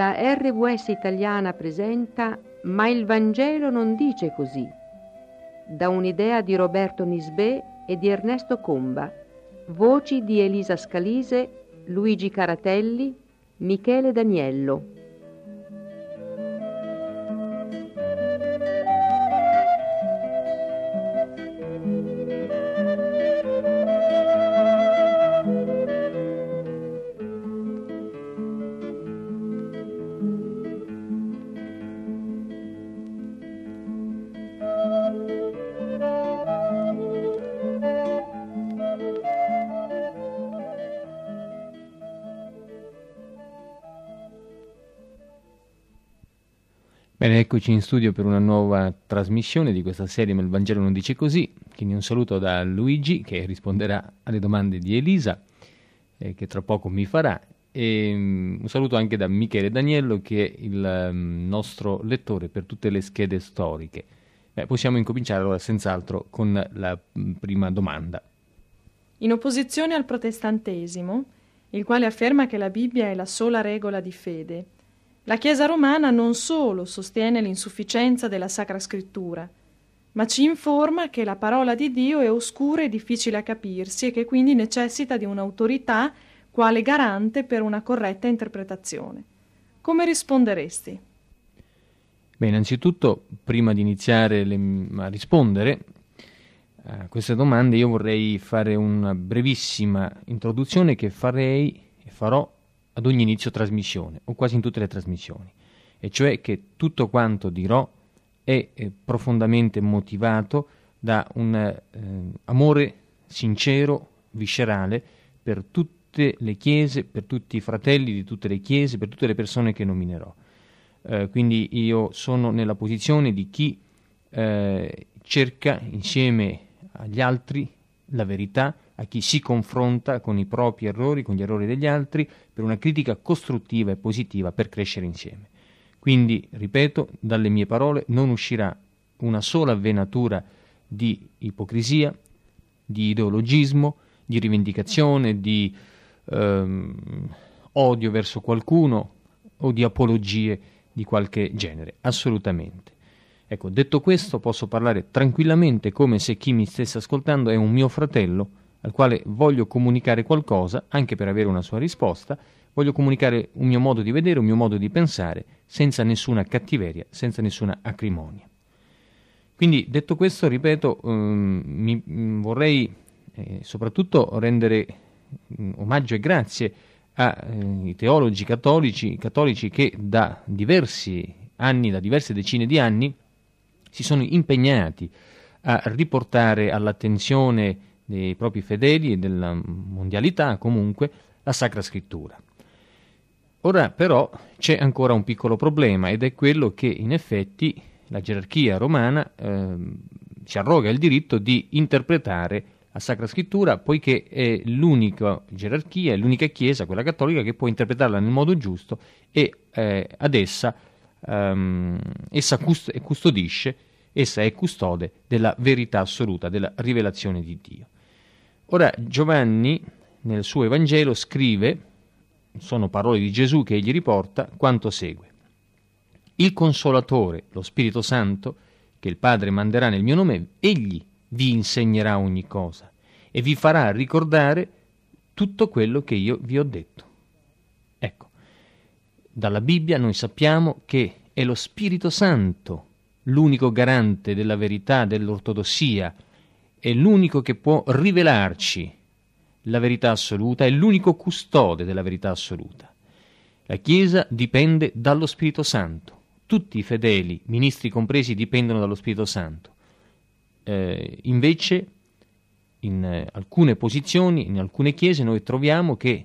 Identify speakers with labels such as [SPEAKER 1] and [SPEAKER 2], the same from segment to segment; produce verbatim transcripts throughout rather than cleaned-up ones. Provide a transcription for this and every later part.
[SPEAKER 1] La R V S italiana presenta Ma il Vangelo non dice così, da un'idea di Roberto Nisbet e di Ernesto Comba, voci di Elisa Scalise, Luigi Caratelli, Michele Daniello.
[SPEAKER 2] Bene, eccoci in studio per una nuova trasmissione di questa serie Ma il Vangelo non dice così. Quindi un saluto da Luigi, che risponderà alle domande di Elisa, eh, che tra poco mi farà, e um, un saluto anche da Michele Daniello, che è il um, nostro lettore per tutte le schede storiche. Beh, possiamo incominciare allora senz'altro con la um, prima domanda.
[SPEAKER 3] In opposizione al protestantesimo, il quale afferma che la Bibbia è la sola regola di fede, la Chiesa romana non solo sostiene l'insufficienza della Sacra Scrittura, ma ci informa che la parola di Dio è oscura e difficile a capirsi e che quindi necessita di un'autorità quale garante per una corretta interpretazione. Come risponderesti?
[SPEAKER 2] Beh, innanzitutto, prima di iniziare le, a rispondere a queste domande, io vorrei fare una brevissima introduzione che farei e farò ad ogni inizio trasmissione, o quasi in tutte le trasmissioni, e cioè che tutto quanto dirò è eh, profondamente motivato da un eh, amore sincero, viscerale, per tutte le chiese, per tutti i fratelli di tutte le chiese, per tutte le persone che nominerò. Eh, quindi io sono nella posizione di chi eh, cerca insieme agli altri la verità, a chi si confronta con i propri errori, con gli errori degli altri, per una critica costruttiva e positiva per crescere insieme. Quindi, ripeto, dalle mie parole non uscirà una sola venatura di ipocrisia, di ideologismo, di rivendicazione, di ehm, odio verso qualcuno o di apologie di qualche genere, assolutamente. Ecco, detto questo, posso parlare tranquillamente come se chi mi stesse ascoltando è un mio fratello al quale voglio comunicare qualcosa, anche per avere una sua risposta, voglio comunicare un mio modo di vedere, un mio modo di pensare, senza nessuna cattiveria, senza nessuna acrimonia. Quindi, detto questo, ripeto, um, mi, um, vorrei eh, soprattutto rendere um, omaggio e grazie ai eh, teologi cattolici, cattolici che da diversi anni, da diverse decine di anni, si sono impegnati a riportare all'attenzione dei propri fedeli e della mondialità comunque la Sacra Scrittura. Ora però c'è ancora un piccolo problema, ed è quello che in effetti la gerarchia romana eh, si arroga il diritto di interpretare la Sacra Scrittura, poiché è l'unica gerarchia, è l'unica chiesa, quella cattolica, che può interpretarla nel modo giusto e eh, ad essa um, essa cust- custodisce, essa è custode della verità assoluta, della rivelazione di Dio. Ora Giovanni nel suo Evangelo scrive, sono parole di Gesù che egli riporta, quanto segue: il Consolatore, lo Spirito Santo, che il Padre manderà nel mio nome, egli vi insegnerà ogni cosa e vi farà ricordare tutto quello che io vi ho detto. Ecco, dalla Bibbia noi sappiamo che è lo Spirito Santo l'unico garante della verità, dell'ortodossia, è l'unico che può rivelarci la verità assoluta, è l'unico custode della verità assoluta. La Chiesa dipende dallo Spirito Santo. Tutti i fedeli, ministri compresi, dipendono dallo Spirito Santo. Eh, invece, in eh, alcune posizioni, in alcune chiese, noi troviamo che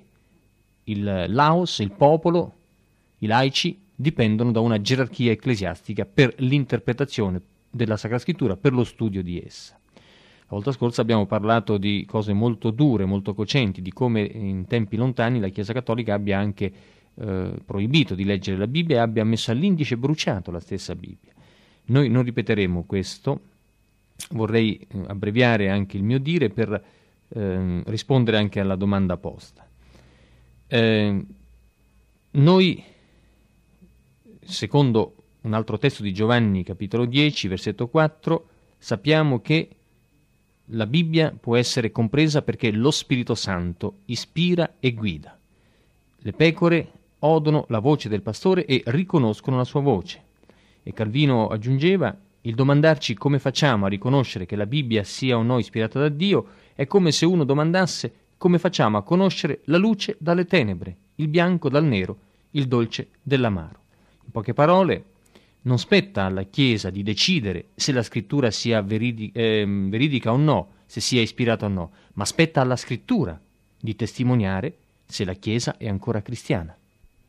[SPEAKER 2] il laos, il popolo, i laici, dipendono da una gerarchia ecclesiastica per l'interpretazione della Sacra Scrittura, per lo studio di essa. La volta scorsa abbiamo parlato di cose molto dure, molto cocenti, di come in tempi lontani la Chiesa Cattolica abbia anche eh, proibito di leggere la Bibbia e abbia messo all'indice e bruciato la stessa Bibbia. Noi non ripeteremo questo, vorrei eh, abbreviare anche il mio dire per eh, rispondere anche alla domanda posta. Eh, noi secondo un altro testo di Giovanni, capitolo dieci, versetto quattro, sappiamo che la Bibbia può essere compresa perché lo Spirito Santo ispira e guida. Le pecore odono la voce del pastore e riconoscono la sua voce. E Calvino aggiungeva: il domandarci come facciamo a riconoscere che la Bibbia sia o no ispirata da Dio è come se uno domandasse come facciamo a conoscere la luce dalle tenebre, il bianco dal nero, il dolce dall'amaro. In poche parole, non spetta alla Chiesa di decidere se la scrittura sia veridi- eh, veridica o no, se sia ispirata o no, ma spetta alla scrittura di testimoniare se la Chiesa è ancora cristiana.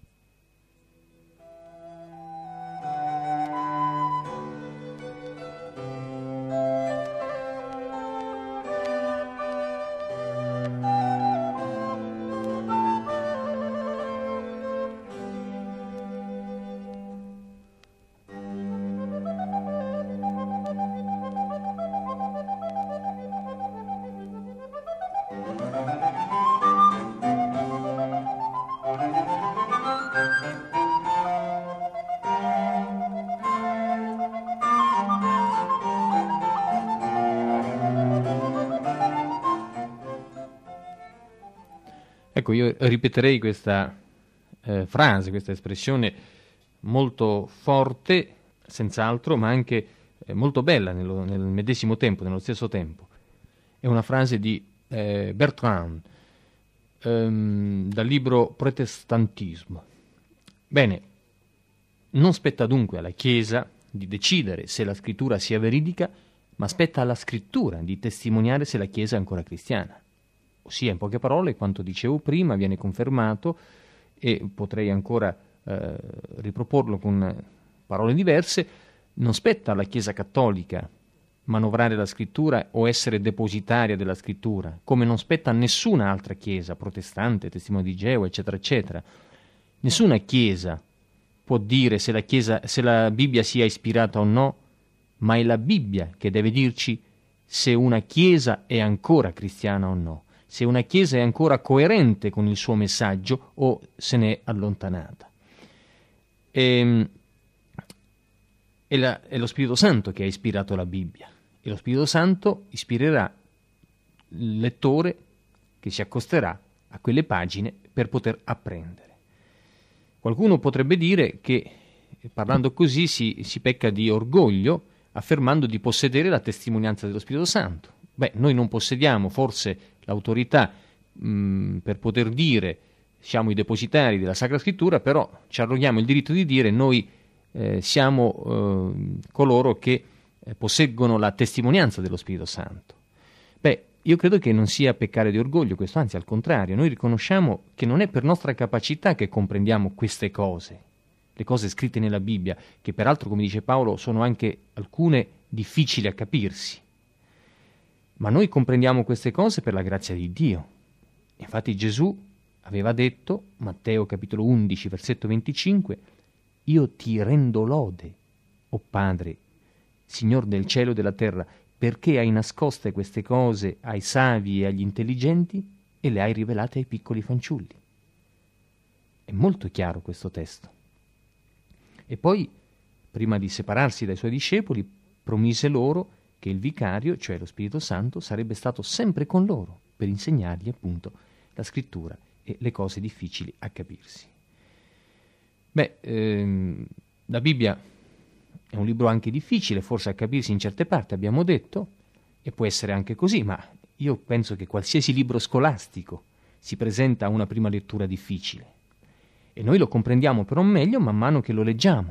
[SPEAKER 2] Ecco, io ripeterei questa eh, frase, questa espressione molto forte, senz'altro, ma anche eh, molto bella nello, nel medesimo tempo, nello stesso tempo. È una frase di eh, Bertrand, ehm, dal libro Protestantismo. Bene, non spetta dunque alla Chiesa di decidere se la scrittura sia veridica, ma spetta alla scrittura di testimoniare se la Chiesa è ancora cristiana. Ossia, in poche parole, quanto dicevo prima viene confermato, e potrei ancora eh, riproporlo con parole diverse. Non spetta alla Chiesa cattolica manovrare la scrittura o essere depositaria della scrittura, come non spetta a nessuna altra Chiesa, protestante, testimone di Geova, eccetera, eccetera. Nessuna Chiesa può dire se la, Chiesa, se la Bibbia sia ispirata o no, ma è la Bibbia che deve dirci se una Chiesa è ancora cristiana o no, se una Chiesa è ancora coerente con il suo messaggio o se ne è allontanata. E, è, la, è lo Spirito Santo che ha ispirato la Bibbia, e lo Spirito Santo ispirerà il lettore che si accosterà a quelle pagine per poter apprendere. Qualcuno potrebbe dire che, parlando così, si, si pecca di orgoglio, affermando di possedere la testimonianza dello Spirito Santo. Beh, noi non possediamo forse l'autorità mh, per poter dire siamo i depositari della Sacra Scrittura, però ci arroghiamo il diritto di dire noi eh, siamo eh, coloro che eh, posseggono la testimonianza dello Spirito Santo. Beh, io credo che non sia peccare di orgoglio questo, anzi al contrario, noi riconosciamo che non è per nostra capacità che comprendiamo queste cose, le cose scritte nella Bibbia, che peraltro, come dice Paolo, sono anche alcune difficili a capirsi. Ma noi comprendiamo queste cose per la grazia di Dio. Infatti Gesù aveva detto, Matteo capitolo undici, versetto venticinque, «Io ti rendo lode, o Padre, Signor del cielo e della terra, perché hai nascoste queste cose ai savi e agli intelligenti e le hai rivelate ai piccoli fanciulli». È molto chiaro questo testo. E poi, prima di separarsi dai suoi discepoli, promise loro che il vicario, cioè lo Spirito Santo, sarebbe stato sempre con loro per insegnargli appunto la scrittura e le cose difficili a capirsi. Beh, ehm, la Bibbia è un libro anche difficile, forse a capirsi in certe parti, abbiamo detto, e può essere anche così, ma io penso che qualsiasi libro scolastico si presenta a una prima lettura difficile. E noi lo comprendiamo però meglio man mano che lo leggiamo.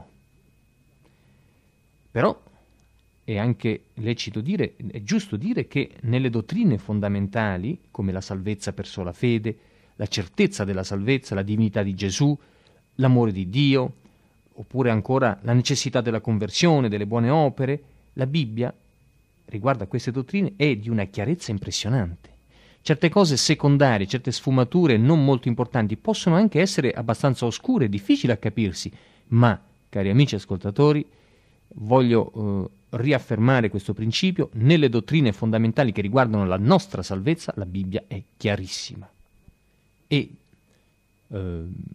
[SPEAKER 2] Però è anche lecito dire, è giusto dire che nelle dottrine fondamentali, come la salvezza per sola fede, la certezza della salvezza, la divinità di Gesù, l'amore di Dio, oppure ancora la necessità della conversione, delle buone opere, la Bibbia, riguardo a queste dottrine, è di una chiarezza impressionante. Certe cose secondarie, certe sfumature non molto importanti possono anche essere abbastanza oscure, difficili a capirsi, ma, cari amici ascoltatori, voglio eh, riaffermare questo principio: nelle dottrine fondamentali che riguardano la nostra salvezza, la Bibbia è chiarissima. E eh,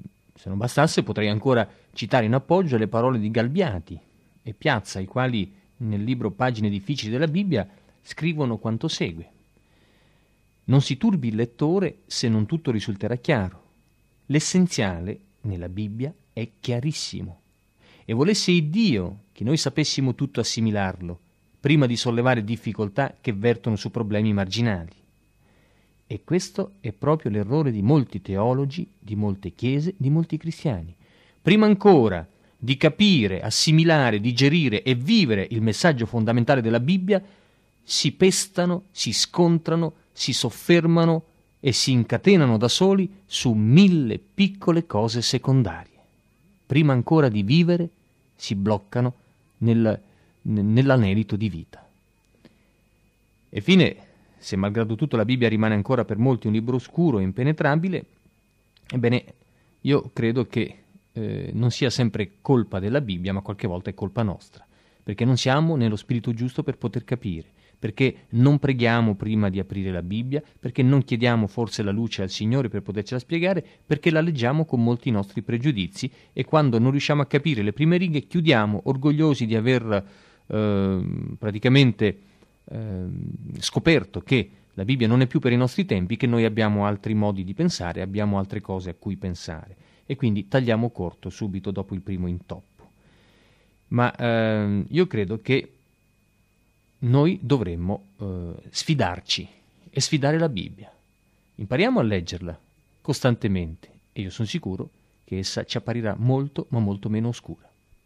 [SPEAKER 2] Se non bastasse, potrei ancora citare in appoggio le parole di Galbiati e Piazza, i quali nel libro Pagine difficili della Bibbia scrivono quanto segue: non si turbi il lettore se non tutto risulterà chiaro. L'essenziale nella Bibbia è chiarissimo, e volesse Iddio che noi sapessimo tutto assimilarlo, prima di sollevare difficoltà che vertono su problemi marginali. E questo è proprio l'errore di molti teologi, di molte chiese, di molti cristiani. Prima ancora di capire, assimilare, digerire e vivere il messaggio fondamentale della Bibbia, si pestano, si scontrano, si soffermano e si incatenano da soli su mille piccole cose secondarie. Prima ancora di vivere, si bloccano nel, nell'anelito di vita. E fine, se malgrado tutto la Bibbia rimane ancora per molti un libro oscuro e impenetrabile, ebbene, io credo che eh, non sia sempre colpa della Bibbia, ma qualche volta è colpa nostra, perché non siamo nello spirito giusto per poter capire, perché non preghiamo prima di aprire la Bibbia, perché non chiediamo forse la luce al Signore per potercela spiegare, perché la leggiamo con molti nostri pregiudizi e quando non riusciamo a capire le prime righe chiudiamo, orgogliosi di aver eh, praticamente eh, scoperto che la Bibbia non è più per i nostri tempi, che noi abbiamo altri modi di pensare, abbiamo altre cose a cui pensare e quindi tagliamo corto subito dopo il primo intoppo. Ma eh, io credo che noi dovremmo eh, sfidarci e sfidare la Bibbia. Impariamo a leggerla costantemente e io sono sicuro che essa ci apparirà molto ma molto meno oscura.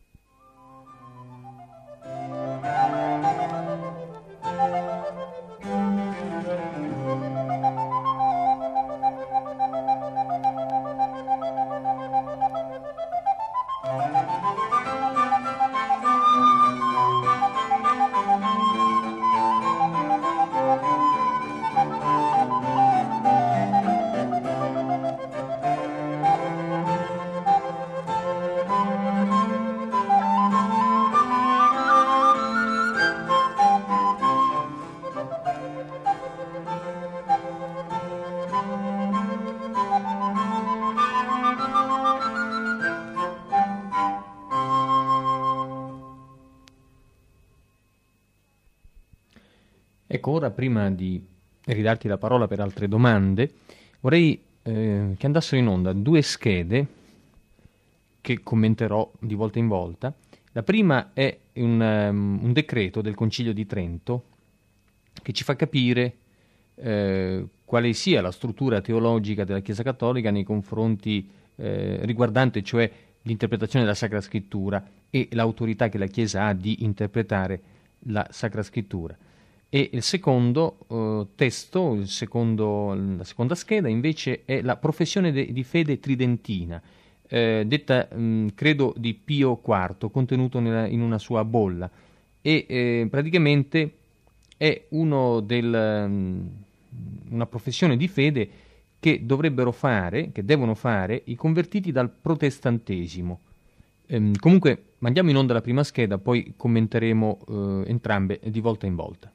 [SPEAKER 2] Ecco, ora prima di ridarti la parola per altre domande, vorrei eh, che andassero in onda due schede che commenterò di volta in volta. La prima è un, um, un decreto del Concilio di Trento che ci fa capire eh, quale sia la struttura teologica della Chiesa Cattolica nei confronti eh, riguardante cioè l'interpretazione della Sacra Scrittura e l'autorità che la Chiesa ha di interpretare la Sacra Scrittura. E il secondo eh, testo, il secondo, la seconda scheda invece è la professione de, di fede tridentina, eh, detta mh, credo di Pio quarto, contenuto nella, in una sua bolla e eh, praticamente è uno del, mh, una professione di fede che dovrebbero fare, che devono fare i convertiti dal protestantesimo. Ehm, comunque mandiamo in onda la prima scheda, poi commenteremo eh, entrambe di volta in volta.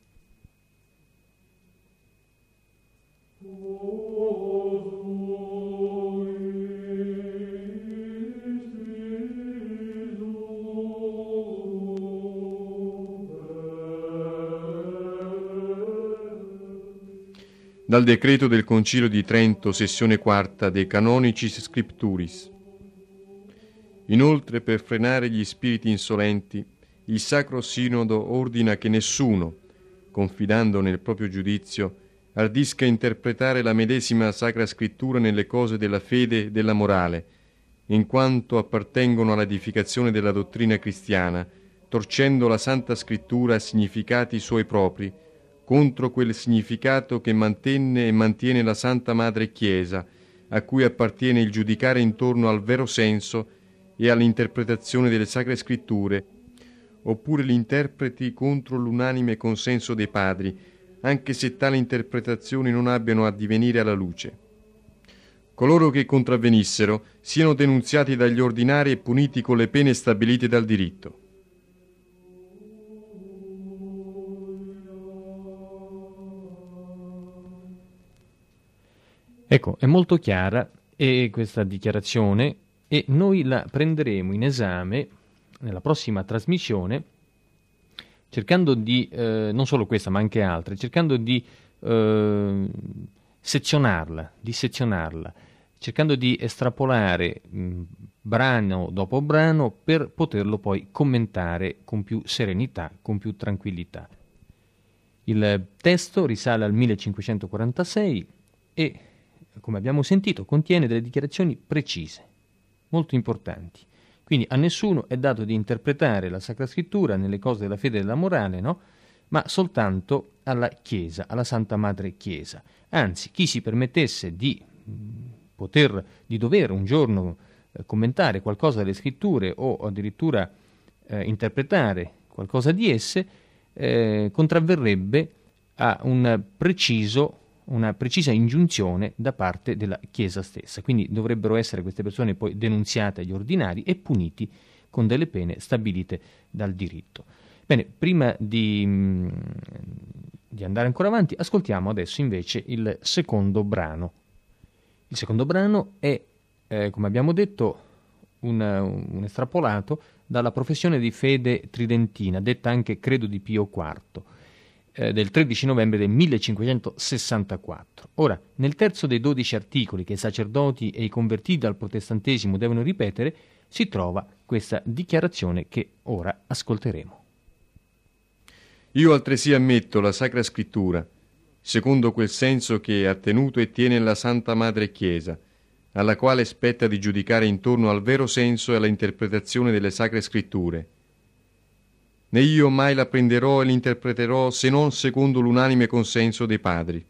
[SPEAKER 4] Dal decreto del Concilio di Trento, sessione quarta, De Canonicis Scripturis. Inoltre, per frenare gli spiriti insolenti, il Sacro Sinodo ordina che nessuno, confidando nel proprio giudizio, ardisca interpretare la medesima Sacra Scrittura nelle cose della fede e della morale, in quanto appartengono all'edificazione della dottrina cristiana, torcendo la Santa Scrittura a significati suoi propri, contro quel significato che mantenne e mantiene la Santa Madre Chiesa, a cui appartiene il giudicare intorno al vero senso e all'interpretazione delle Sacre Scritture, oppure li interpreti contro l'unanime consenso dei padri, anche se tali interpretazioni non abbiano a divenire alla luce. Coloro che contravvenissero siano denunziati dagli ordinari e puniti con le pene stabilite dal diritto.
[SPEAKER 2] Ecco, è molto chiara e questa dichiarazione e noi la prenderemo in esame nella prossima trasmissione, cercando di, eh, non solo questa ma anche altre, cercando di eh, sezionarla, di sezionarla, cercando di estrapolare mh, brano dopo brano per poterlo poi commentare con più serenità, con più tranquillità. Il testo risale al millecinquecentoquarantasei e, come abbiamo sentito, contiene delle dichiarazioni precise, molto importanti. Quindi a nessuno è dato di interpretare la Sacra Scrittura nelle cose della fede e della morale, no? Ma soltanto alla Chiesa, alla Santa Madre Chiesa. Anzi, chi si permettesse di mh, poter, di dover un giorno eh, commentare qualcosa delle Scritture o addirittura eh, interpretare qualcosa di esse, eh, contravverrebbe a un preciso una precisa ingiunzione da parte della Chiesa stessa. Quindi dovrebbero essere queste persone poi denunziate agli ordinari e puniti con delle pene stabilite dal diritto. Bene, prima di, di andare ancora avanti, ascoltiamo adesso invece il secondo brano. Il secondo brano è, eh, come abbiamo detto, un, un estrapolato dalla professione di fede tridentina, detta anche Credo di Pio quarto, del tredici novembre del millecinquecentosessantaquattro. Ora, nel terzo dei dodici articoli che i sacerdoti e i convertiti al protestantesimo devono ripetere, si trova questa dichiarazione che ora ascolteremo.
[SPEAKER 4] Io altresì ammetto la Sacra Scrittura, secondo quel senso che ha tenuto e tiene la Santa Madre Chiesa, alla quale spetta di giudicare intorno al vero senso e alla interpretazione delle Sacre Scritture. Né io mai la prenderò e l'interpreterò se non secondo l'unanime consenso dei padri.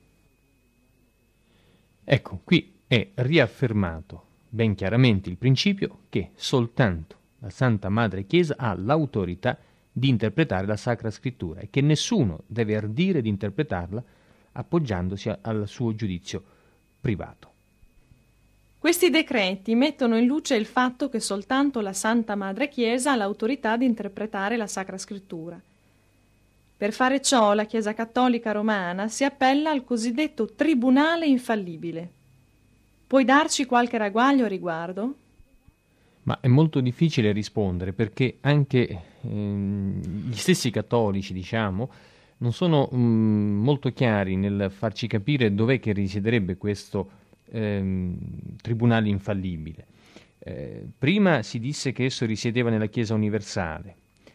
[SPEAKER 2] Ecco, qui è riaffermato ben chiaramente il principio che soltanto la Santa Madre Chiesa ha l'autorità di interpretare la Sacra Scrittura e che nessuno deve ardire di interpretarla appoggiandosi al suo giudizio privato.
[SPEAKER 3] Questi decreti mettono in luce il fatto che soltanto la Santa Madre Chiesa ha l'autorità di interpretare la Sacra Scrittura. Per fare ciò la Chiesa Cattolica Romana si appella al cosiddetto Tribunale Infallibile. Puoi darci qualche ragguaglio a riguardo?
[SPEAKER 2] Ma è molto difficile rispondere perché anche ehm, gli stessi cattolici, diciamo, non sono mh, molto chiari nel farci capire dov'è che risiederebbe questo Ehm, tribunale infallibile. Eh, prima si disse che esso risiedeva nella Chiesa universale,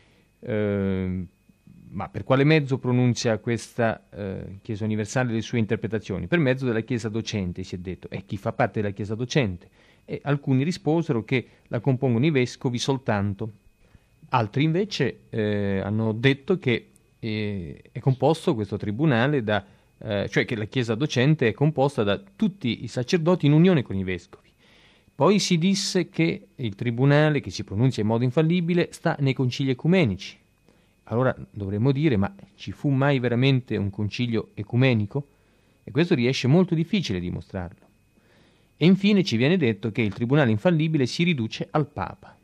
[SPEAKER 2] eh, ma per quale mezzo pronunzia questa eh, Chiesa universale le sue interpretazioni? Per mezzo della Chiesa docente, si è detto. E chi fa parte della Chiesa docente? E alcuni risposero che la compongono i vescovi soltanto. Altri invece eh, hanno detto che eh, è composto questo tribunale da Eh, cioè che la Chiesa docente è composta da tutti i sacerdoti in unione con i vescovi. Poi si disse che il tribunale, che si pronuncia in modo infallibile, sta nei concili ecumenici. Allora dovremmo dire, ma ci fu mai veramente un concilio ecumenico? E questo riesce molto difficile dimostrarlo. E infine ci viene detto che il tribunale infallibile si riduce al Papa.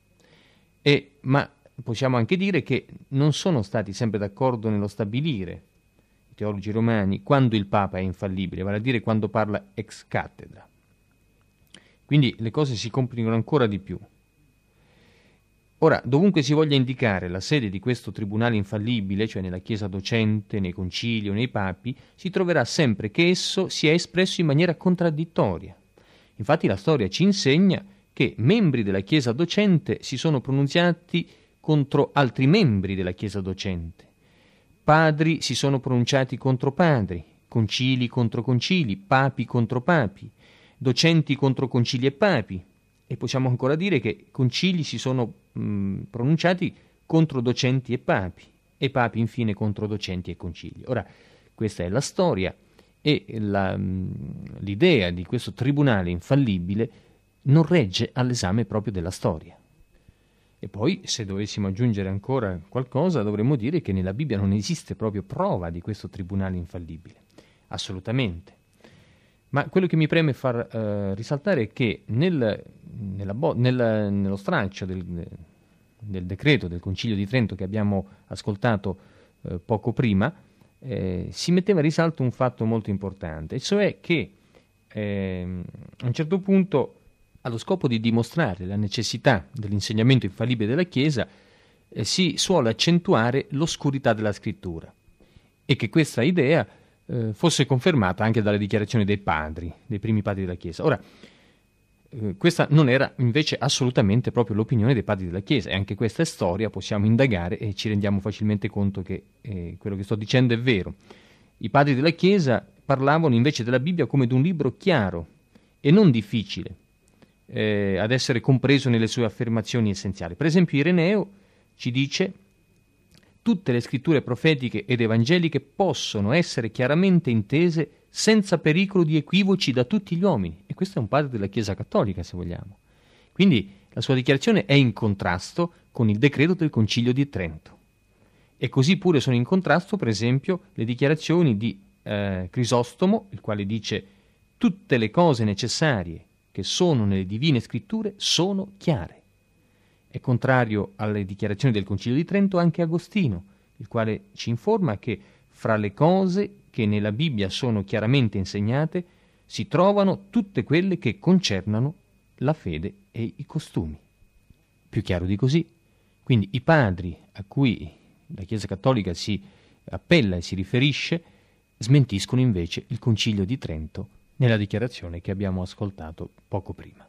[SPEAKER 2] E, ma possiamo anche dire che non sono stati sempre d'accordo nello stabilire teologi romani quando il Papa è infallibile, vale a dire quando parla ex cattedra. Quindi le cose si complicano ancora di più. Ora, dovunque si voglia indicare la sede di questo tribunale infallibile, cioè nella Chiesa docente, nei concili o nei papi, si troverà sempre che esso sia espresso in maniera contraddittoria. Infatti la storia ci insegna che membri della Chiesa docente si sono pronunziati contro altri membri della Chiesa docente. Padri si sono pronunciati contro padri, concili contro concili, papi contro papi, docenti contro concili e papi. E possiamo ancora dire che concili si sono mh, pronunciati contro docenti e papi, e papi infine contro docenti e concili. Ora, questa è la storia e la, mh, l'idea di questo tribunale infallibile non regge all'esame proprio della storia. E poi, se dovessimo aggiungere ancora qualcosa, dovremmo dire che nella Bibbia non esiste proprio prova di questo tribunale infallibile. Assolutamente. Ma quello che mi preme far eh, risaltare è che nel, nella bo- nel, nello stralcio del, del decreto del Concilio di Trento che abbiamo ascoltato eh, poco prima, eh, si metteva a risalto un fatto molto importante, e cioè che eh, a un certo punto allo scopo di dimostrare la necessità dell'insegnamento infallibile della Chiesa, eh, si suole accentuare l'oscurità della Scrittura, e che questa idea eh, fosse confermata anche dalle dichiarazioni dei padri, dei primi padri della Chiesa. Ora, eh, questa non era invece assolutamente proprio l'opinione dei padri della Chiesa, e anche questa è storia, possiamo indagare e ci rendiamo facilmente conto che eh, quello che sto dicendo è vero. I padri della Chiesa parlavano invece della Bibbia come di un libro chiaro e non difficile eh, ad essere compreso nelle sue affermazioni essenziali. Per esempio Ireneo ci dice: tutte le scritture profetiche ed evangeliche possono essere chiaramente intese senza pericolo di equivoci da tutti gli uomini. E questo è un padre della Chiesa cattolica, se vogliamo. Quindi la sua dichiarazione è in contrasto con il decreto del Concilio di Trento. E così pure sono in contrasto, per esempio, le dichiarazioni di eh, Crisostomo, il quale dice: tutte le cose necessarie che sono nelle divine scritture sono chiare. È contrario alle dichiarazioni del Concilio di Trento anche Agostino, il quale ci informa che fra le cose che nella Bibbia sono chiaramente insegnate si trovano tutte quelle che concernano la fede e i costumi. Più chiaro di così. Quindi i padri a cui la Chiesa Cattolica si appella e si riferisce smentiscono invece il Concilio di Trento nella dichiarazione che abbiamo ascoltato poco prima.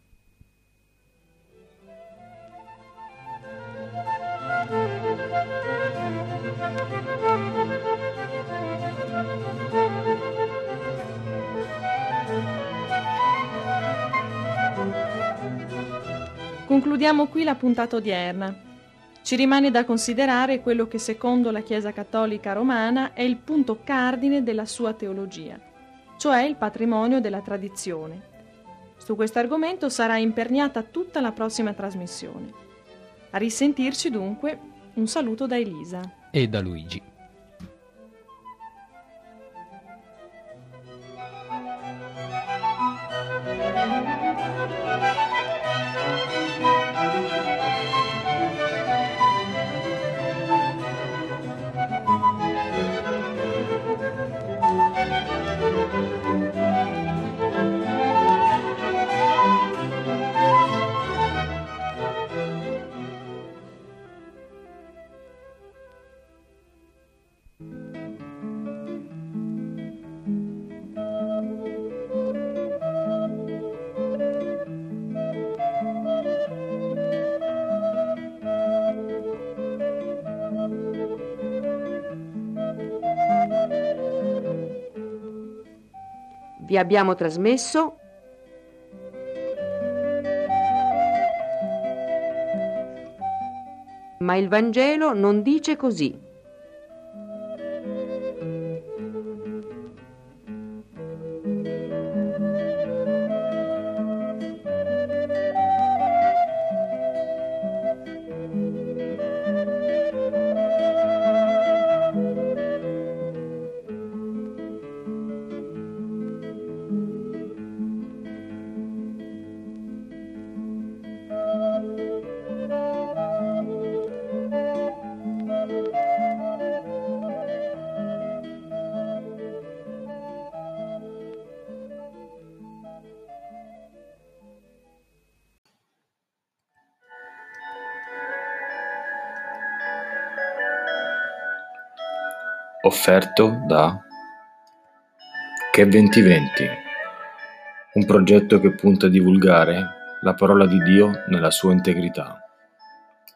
[SPEAKER 3] Concludiamo qui la puntata odierna. Ci rimane da considerare quello che secondo la Chiesa Cattolica Romana è il punto cardine della sua teologia, cioè il patrimonio della tradizione. Su questo argomento sarà imperniata tutta la prossima trasmissione. A risentirci dunque, un saluto da Elisa
[SPEAKER 2] e da Luigi.
[SPEAKER 1] Vi abbiamo trasmesso Ma il Vangelo non dice così.
[SPEAKER 5] Offerto da Che venti venti, un progetto che punta a divulgare la parola di Dio nella sua integrità.